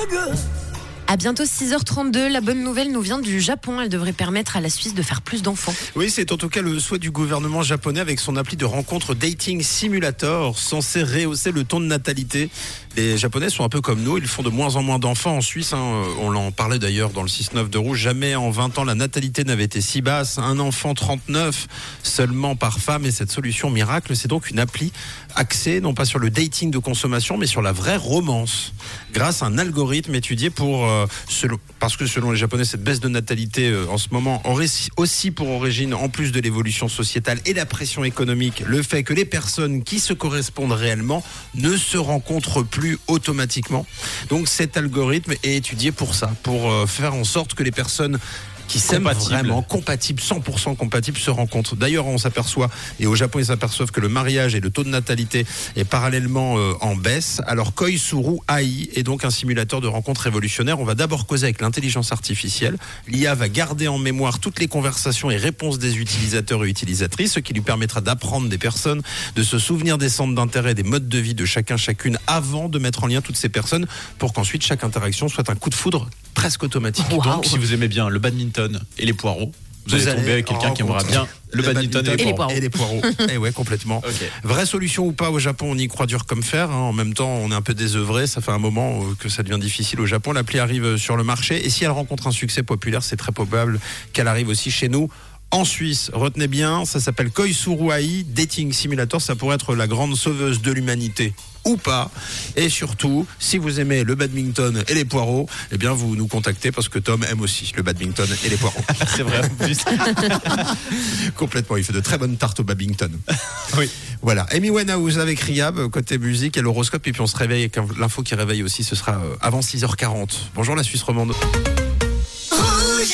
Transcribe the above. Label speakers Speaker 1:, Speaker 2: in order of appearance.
Speaker 1: À bientôt 6h32, la bonne nouvelle nous vient du Japon. Elle devrait permettre à la Suisse de faire plus d'enfants.
Speaker 2: Oui, c'est en tout cas le souhait du gouvernement japonais avec son appli de rencontre Dating Simulator, censé rehausser le taux de natalité. Les Japonais sont un peu comme nous, ils font de moins en moins d'enfants en Suisse. On en parlait d'ailleurs dans le 6-9 de Rouge. Jamais en 20 ans la natalité n'avait été si basse. Un enfant 39 seulement par femme. Et cette solution miracle, c'est donc une appli axée non pas sur le dating de consommation, mais sur la vraie romance. Grâce à un algorithme étudié parce que selon les Japonais, cette baisse de natalité en ce moment aurait aussi pour origine, en plus de l'évolution sociétale et la pression économique, le fait que les personnes qui se correspondent réellement ne se rencontrent plus automatiquement. Donc cet algorithme est étudié pour ça, pour faire en sorte que les personnes qui s'aiment vraiment, compatibles, 100% compatibles, se rencontrent. D'ailleurs, on s'aperçoit, et au Japon, ils s'aperçoivent que le mariage et le taux de natalité est parallèlement en baisse. Alors, Koisuru AI est donc un simulateur de rencontre révolutionnaire. On va d'abord causer avec l'intelligence artificielle. L'IA va garder en mémoire toutes les conversations et réponses des utilisateurs et utilisatrices, ce qui lui permettra d'apprendre des personnes, de se souvenir des centres d'intérêt, des modes de vie de chacune, avant de mettre en lien toutes ces personnes, pour qu'ensuite chaque interaction soit un coup de foudre presque automatique.
Speaker 3: Wow. Donc, si vous aimez bien le badminton et les poireaux, vous allez tomber avec quelqu'un qui aimera bien le badminton et les poireaux.
Speaker 2: Et ouais, complètement. Okay. Vraie solution ou pas au Japon, on y croit dur comme fer. En même temps, on est un peu désœuvré. Ça fait un moment que ça devient difficile au Japon. L'appli arrive sur le marché. Et si elle rencontre un succès populaire, c'est très probable qu'elle arrive aussi chez nous. En Suisse, retenez bien, ça s'appelle Koisuru AI Dating Simulator. Ça pourrait être la grande sauveuse de l'humanité ou pas. Et surtout, si vous aimez le badminton et les poireaux, eh bien vous nous contactez parce que Tom aime aussi le badminton et les poireaux.
Speaker 3: C'est vrai en plus.
Speaker 2: Complètement, il fait de très bonnes tartes au badminton.
Speaker 3: Oui.
Speaker 2: Voilà, Amy Winehouse avec Riyab, côté musique et l'horoscope, et puis on se réveille avec l'info qui réveille aussi, ce sera avant 6h40. Bonjour la Suisse romande.